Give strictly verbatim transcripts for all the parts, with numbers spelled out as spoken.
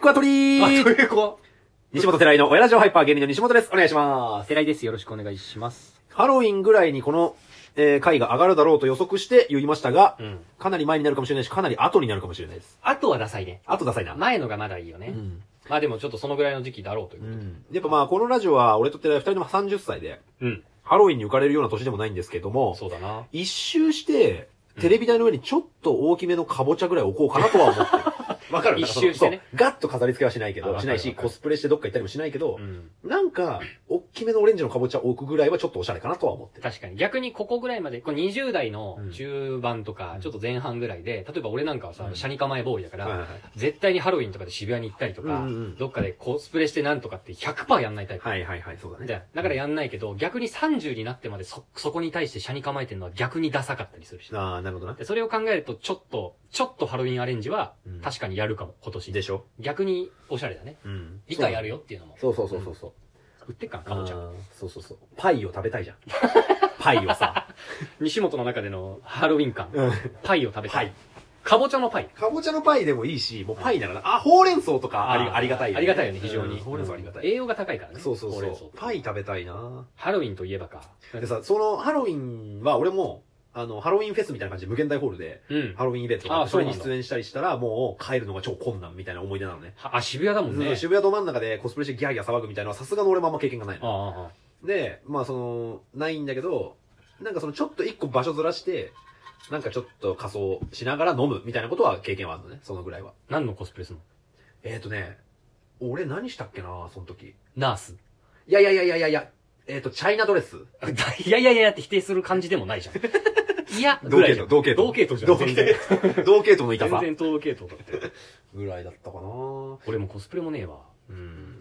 クは鳥あ、 ートリックは西本寺井の親ラジオハイパー芸人の西本です。お願いします。 寺井です。よろしくお願いします。 ハロウィンぐらいにこの、えー、回が上がるだろうと予測して言いましたが、 うん。 かなり前になるかもしれないし、かなり後になるかもしれないです。 あとはダサいね。 後ダサいな。 前のがまだいいよね。 うん。 まあでもちょっとそのぐらいの時期だろうということで。 うん。やっぱまあこのラジオは俺と寺井二人ともさんじゅっさいで、 うん。 ハロウィンに浮かれるような年でもないんですけども、 そうだな。 一周して、テレビ台の上にちょっと大きめのカボチャぐらい置こうかなとは思ってる。わかる一周してね。 ガッと飾り付けはしないけど、 あしないし、コスプレしてどっか行ったりもしないけど、 うん。 なんか、大きめのオレンジのカボチャ置くぐらいはちょっとおしゃれかなとは思ってる。 確かに。逆にここぐらいまで、これにじゅう代の中盤とかう、んちょっと前半ぐらいで、例えば俺なんかはさ、 うんシャニ構えボーイだから、 はいはいはい絶対にハロウィンとかで渋谷に行ったりとか、 うんうんうんどっかでコスプレしてなんとかって ひゃくパーセント やんないタイプ。 はいはいはい、そうだね。 じゃあだからやんないけど、逆にさんじゅうになってまでそ、そこに対してシャニ構えてるのは逆にダサかったりするし。 ああ、なるほどな。 でそれを考えると、ちょっと、ちょっとハロウィンアレンジはうん、 確かにやるかも、今年。 でしょ逆におしゃれだね。 うん。 理解あるよっていうのも。 そうそうそうそうそう。 売ってっかな、かぼちゃ。 あーそうそうそう。パイを食べたいじゃん。パイをさ。 西本の中でのハロウィン感。 うん。 パイを食べたい。 パイ。 かぼちゃのパイ。 かぼちゃのパイでもいいし、もうパイならな。あ、ほうれん草とかありありがたいよね。 ありがたいよね、非常に。 うんほうれん草ありがたい。 栄養が高いからね。 そうそうそうほうれん草。 パイ食べたいなハロウィンといえばか。 でさ、そのハロウィンは俺も、あの、ハロウィンフェスみたいな感じで無限大ホールで、 うん。 ハロウィンイベントとか、そあそうなんだれに出演したりしたら、もう帰るのが超困難みたいな思い出なのね。 はあ、渋谷だもんね。 渋谷ど真ん中でコスプレしてギャーギャー騒ぐみたいなのはさすがの俺もあんま経験がないの。 ああ、ああ。 で、まあその、ないんだけど、なんかそのちょっと一個場所ずらして、なんかちょっと仮装しながら飲むみたいなことは経験はあるのね、そのぐらいは。 何のコスプレするの？ えーとね、俺何したっけな、その時。 ナース。 いやいやいやいやいやいや、えーと、チャイナドレス。 いやいやいやって否定する感じでもないじゃん。いや、 同系統、同系統。 同系統じゃん。 同系統。同系統の痛さ。 全然同系統だって。 ぐらいだったかな。 俺もコスプレもねえわ。 うん。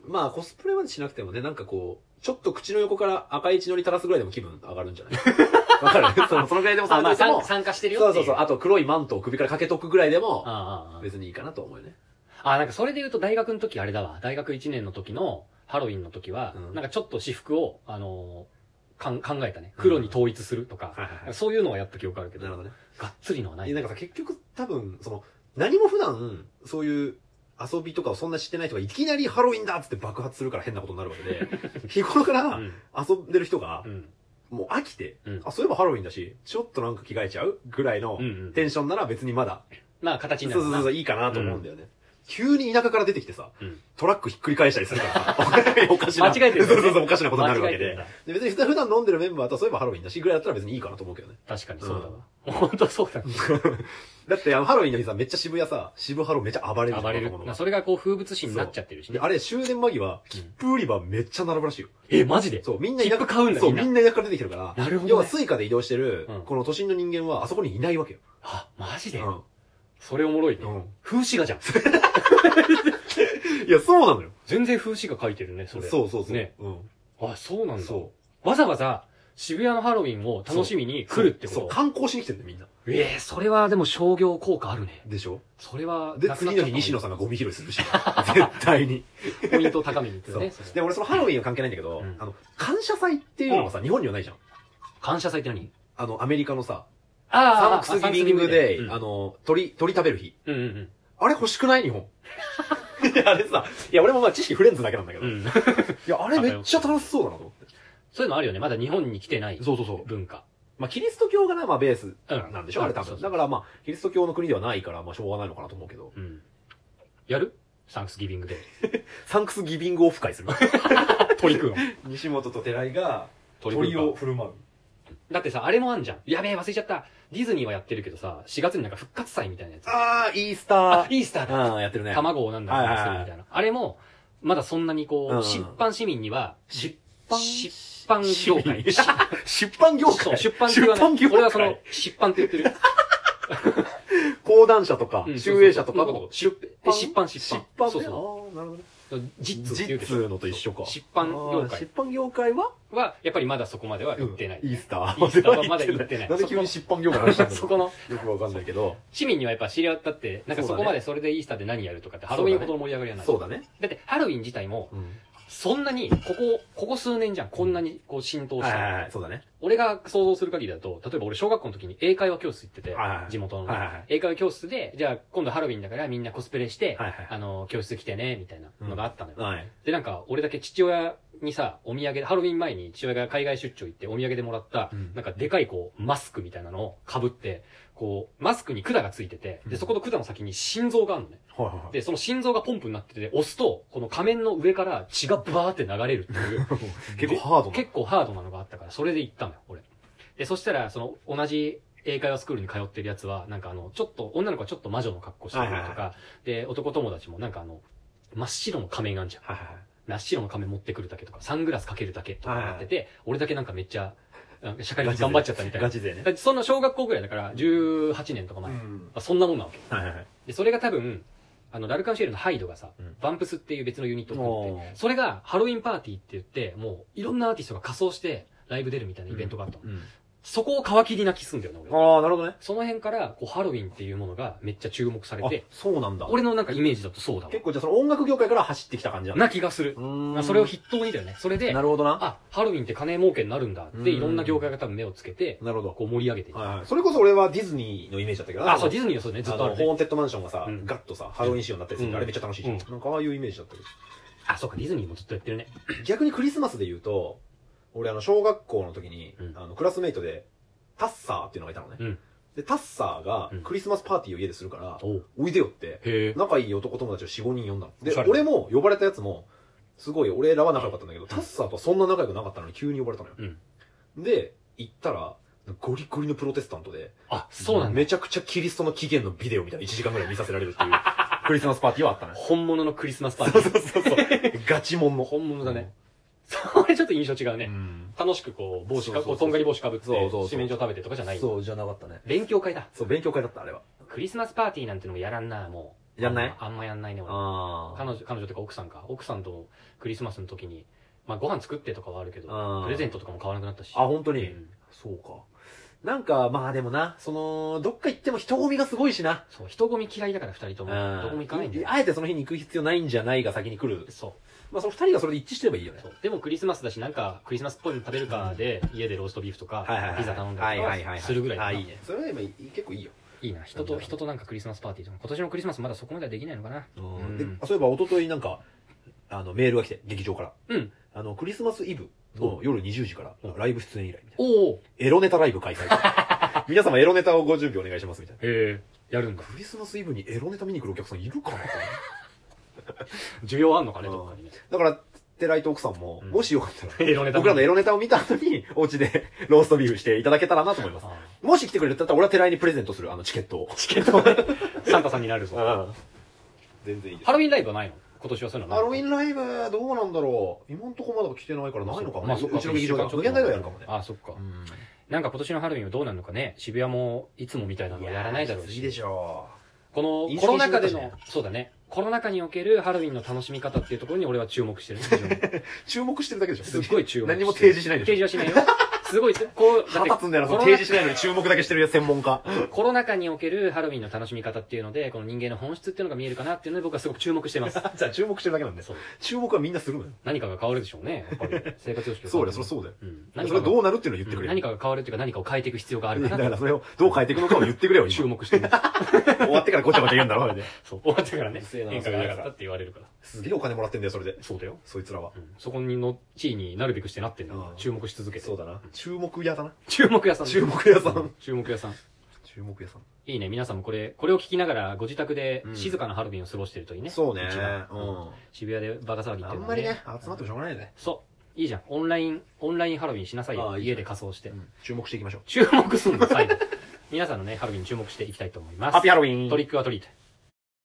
まあコスプレまでしなくてもね、なんかこう、ちょっと口の横から赤い血のり垂らすぐらいでも気分上がるんじゃないわかるそのそのぐらいでもあ、まあ、 参加しても。 参加してるよっていそうそうそう。あと黒いマントを首からかけとくぐらいでも、 ああ、ああ。 別にいいかなと思うよね。 あ、なんかそれで言うと大学の時あれだわ。大学いちねんの時のハロウィンの時は、 うんなんかちょっと私服を、あのー、かん考えたね。黒に統一するとか、 はいはいはい。 そういうのはやった記憶あるけど、 なるほどね。 がっつりのはないい。 やなんかさ、結局多分、その、何も普段、そういう遊びとかをそんな知ってない人がいきなりハロウィンだっつって爆発するから変なことになるわけで、日頃からうん。 遊んでる人がう、ん。 もう飽きて、 うん。 あ、そういえばハロウィンだし、ちょっとなんか着替えちゃうぐらいのうんうんテンションなら別にまだ、 まあ、形になるな。 そうそうそう、いいかなと思うんだよね。急に田舎から出てきてさ、 うん。 トラックひっくり返したりするからさ、おかしな。 間違えてるんだよねそうそうそう、おかしなことになるわけで間違えてるんだ。 で別に普段飲んでるメンバーとそういえばハロウィンだしぐらいだったら別にいいかなと思うけどね。 確かにそうだわ。ほんとそうだ。 だってあのハロウィンの日さ、めっちゃ渋谷さ、渋ハロめっちゃ暴れるじゃん。 暴れる若者。がそれがこう風物詩になっちゃってるしね。 であれ終電間際、切符売り場めっちゃ並ぶらしいよ。 え、マジで？ そう、みんな切符買うんだそう、 みんなみんな田舎から出てきてるから。 なるほどね要はスイカで移動してるうん、 この都心の人間はあそこにいないわけよ。 あ、マジで？ うん。 それおもろいね。 うん。 風刺画じゃん。 いや、そうなのよ。 全然風刺画描いてるね、それ。 そうそうそう。 ね。 うん。 あ、そうなんだ。 そわざわざ渋谷のハロウィンを楽しみに来るってこそう、 と。 観光しに来てんだよ、みんな。 ええ、それはでも商業効果あるね。 でしょそれは、 で、次の日西野さんがゴミ拾いするし。絶対に。 ポイントを高めに行くそうよね。それ。 で、俺そのハロウィンは関係ないんだけどうん、 あの、感謝祭っていうのがさ、日本にはないじゃん。 感謝祭って何？ あの、アメリカのさ、 あサンクスギビングデイ、 うんあの、鳥、鳥食べる日。 うんうんあれ欲しくない日本。いや、あれさ、いや、俺もまあ知識フレンズだけなんだけど。 うん。うん。 いや、あれめっちゃ楽しそうだなと思って。 そういうのあるよね。まだ日本に来てないそうそうそう。 文化。 まあ、キリスト教がな、まあ、ベースうんなんでしょ、あれ多分。 そうそうだからまあ、キリスト教の国ではないから、まあ、しょうがないのかなと思うけど。 うん。やる？サンクスギビングで。 サンクスギビングオフ会する。 鳥くん。 西本と寺井が、 鳥鳥を振る舞う。 だってさ、あれもあんじゃん。やべえ、忘れちゃった。ディズニーはやってるけどさ、しがつになんか復活祭みたいなやつ。 あー、イースタあ、 ー。 イースターだ。 うん、やってるね。 卵をなんだかするみたいな。あれも、まだそんなにこう、 うん出版市民には、 出出版業界。 出版業そう、 界。 出版って言わない。 出版業界。 俺はその、出版って言ってる。 講談社とか、 うん集英社とかのそうそうそう出え出版、出版。 出版ねそうそあー、なるほどね。 う。実って言うでしょ。 実のと一緒か。 出版業界あー出版業界はは、やっぱりまだそこまでは売ってない。 イースター。 イースターはまだ売ってないなんで急に出版業界の話したんだろうそこの、 よくわかんないけど。 市民にはやっぱ知り合ったって、なんかそこまでそれでイースターで何やるとかって、ハロウィンほどの盛り上がりはない。 そうだね。 だって、ハロウィン自体も、 うん。 そんなに、ここ、ここ数年じゃん、こんなにこう浸透した。 はいはいはい、そうだね。 俺が想像する限りだと、例えば俺小学校の時に英会話教室行ってて、 はいはい地元のね、 はいはいはい英会話教室で、じゃあ今度ハロウィンだからみんなコスプレして、 はいはいあの、教室来てね、みたいなのがあったのよ。 はい。 で、なんか、俺だけ父親にさ、お土産で、ハロウィン前に父親が海外出張行ってお土産でもらった、 うんなんかでかいこう、マスクみたいなのを被って、こう、マスクに管がついてて、で、そこの管の先に心臓があるのね。 はいはいはい。 で、その心臓がポンプになってて、押すと、この仮面の上から血がバーって流れるっていう。 結構ハードな。 結構ハードなのがあったから、それで行ったのよ、俺。で、そしたら、その、同じ英会話スクールに通ってるやつは、なんかあの、ちょっと、女の子はちょっと魔女の格好してるとか、 はいはいはで、男友達もなんかあの、真っ白の仮面があんじゃん。 はいはいはい。 真っ白の仮面持ってくるだけとか、サングラスかけるだけとかなってて、俺だけなんかめっちゃ、なんか社会的頑張っちゃったみたいな。 ガチ勢ね。 だってそんな小学校ぐらいだから、じゅうはちねんとか前。 ん。 あそんなもんなわけ。 はいはいはい。 で、それが多分、あの、ラルカンシェルのハイドがさ、 うんバンプスっていう別のユニットを組んおーでて、それがハロウィンパーティーって言って、もういろんなアーティストが仮装してライブ出るみたいなイベントがあったの。 うん。 そこを皮切りな気すんだよね、俺は。 ああ、なるほどね。 その辺から、こう、ハロウィンっていうものがめっちゃ注目されあて、、 そうなんだ。 俺のなんかイメージだとそうだわ結。構じゃあその音楽業界から走ってきた感じなんだ。 な気がする。 うーん。 それを筆頭にだよね。それでな、るほどな。 あ、ハロウィンって金儲けになるんだって、 うんいろんな業界が多分目をつけて、 なるほど。 こう盛り上げていく。 はいはい。それこそ俺はディズニーのイメージだったけどなあ、そう、ディズニーはそうね、ずっとあるね。 あのホーンテッドマンションがさ、 うんガッとさ、ハロウィン仕様になったりするんで、 うんあれめっちゃ楽しいし、 うんなんかああいうイメージだったけど。 あ、そうか、ディズニーもずっとやってるね。 逆にクリスマスで言うと、俺あの、小学校の時に、 うんあの、クラスメイトで、タッサーっていうのがいたのね。 うん。 で、タッサーがうんクリスマスパーティーを家でするから、 おうおいでよって、 へえ。 仲いい男友達をよん、ごにん呼んだの。でおしゃ、れ俺も呼ばれたやつも、すごい、俺らは仲良かったんだけど、タッサーとはそんな仲良くなかったのに急に呼ばれたのよ。 うん。 で、行ったら、ゴリゴリのプロテスタントで、 あ、そうなんだ。 めちゃくちゃキリストの起源のビデオみたいないちじかんぐらい見させられるっていう、クリスマスパーティーはあったね。 本物のクリスマスパーティー。 そうそうそうそう。ガチモンの。 本物だね。それちょっと印象違うね。 うん。 楽しくこう、帽子か、 そうそうそうこうとんがり帽子かぶって、 そうそうそう七面鳥食べてとかじゃないよ。 そう、じゃなかったね。 勉強会だ。 そう、勉強会だった、あれは。 クリスマスパーティーなんてのもやらんな、もう。 やんないあんまあんまやんないね、俺。 あ彼女、彼女とか奥さんか。奥さんとクリスマスの時に、まあご飯作ってとかはあるけど、 あープレゼントとかも買わなくなったし。 あ、本当に、 うんそうか。なんか、まあでもな、その、どっか行っても人混みがすごいしな。 そう、人混み嫌いだから二人とも。どこも行かないんだよ。 あえてその日に行く必要ないんじゃないが先に来る。 そう。 まあその二人がそれで一致してればいいよね。 そうでもクリスマスだし、なんかクリスマスっぽいの食べるかで、家でローストビーフとか、ピザ頼んだりとかするぐらいだあ、 な。 いいね。それは今結構いいよ。 いいな。人と、人となんかクリスマスパーティーとか。今年のクリスマスまだそこまではできないのかな。 うんでそういえば一昨日なんか、あの、メールが来て、劇場から。 うん。 あの、クリスマスイブの夜にじゅうじからライブ出演依頼みたいな。 おお。 エロネタライブ開催。皆様エロネタをご準備お願いしますみたいな。 へえ。やるんだ。 クリスマスイブにエロネタ見に来るお客さんいるかなと需要あんのかね、 うんどっかにね。 だから、寺井と奥さんも、 うんもしよかったら、 エロネタ僕らのエロネタを見た後に、お家でローストビーフしていただけたらなと思います。 あもし来てくれるんだったら、俺は寺井にプレゼントする、あのチケットを。 チケットをねサンタさんになるぞ。 全然いいです。 ハロウィンライブはないの今年はそういうのハロウンィンライブ、どうなんだろう。今んとこまだ来てないからないのかもね。 まあそっか。 うちの劇場が。無限大ではやるかもね。 あ、そっかう。ん。 なんか今年のハロウィンはどうなるのかね。渋谷もいつもみたいなのはやらないだろういいでし。 しょこの飲コロナ禍で酒禁止だの、そうだね。コロナ禍におけるハロウィンの楽しみ方っていうところに俺は注目してるね。非常にう。注目してるだけでしょ。 すっごい注目してる。 何も提示しないでしょ。 提示はしないよ。すごい、こう、だ腹って立つんだよな、そのコロナ提示しないのに注目だけしてる専門家。 コロナ禍におけるハロウィンの楽しみ方っていうので、この人間の本質っていうのが見えるかなっていうので僕はすごく注目してます。 じゃあ注目してるだけなんで。 そう。 注目はみんなするのよ。 何かが変わるでしょうね。やっぱり。生活様式がそうだよ、 変わる。 そりゃそうだよ。 うん。 それは何かがどうなるっていうのを言ってくれよ。 何かが変わるっていうか何かを変えていく必要があるだかなからそれをどう変えていくのかを言ってくれよ、今注目してます。 終わってからごちゃごちゃ言うんだろ、あれで。 そう。終わってからねうるせえ、な変化がなかったって言われるから。 すげえお金もらってんだよ、それで。 そうだよ。 そいつらは。 うん。そこにの地位になるべくしてなってんだよう。ん注目し続けて。 そうだな。注目屋だな。 注目屋さん。 注目屋さんう注目屋さん。 注目屋さん。 いいね。皆さんもこれ、これを聞きながらご自宅でうん静かなハロウィンを過ごしてるといいね。 そうね。 一番うん。 渋谷でバカ騒ぎっていうのはあんまりね、集まってもしょうがないね。 そう。いいじゃん。オンライン、オンラインハロウィンしなさいよ。 ああいい家で仮装して。 注目していきましょう。 注目すんの、最後。皆さんのね、ハロウィン注目していきたいと思います。 ハッピーハロウィントリックはトリート。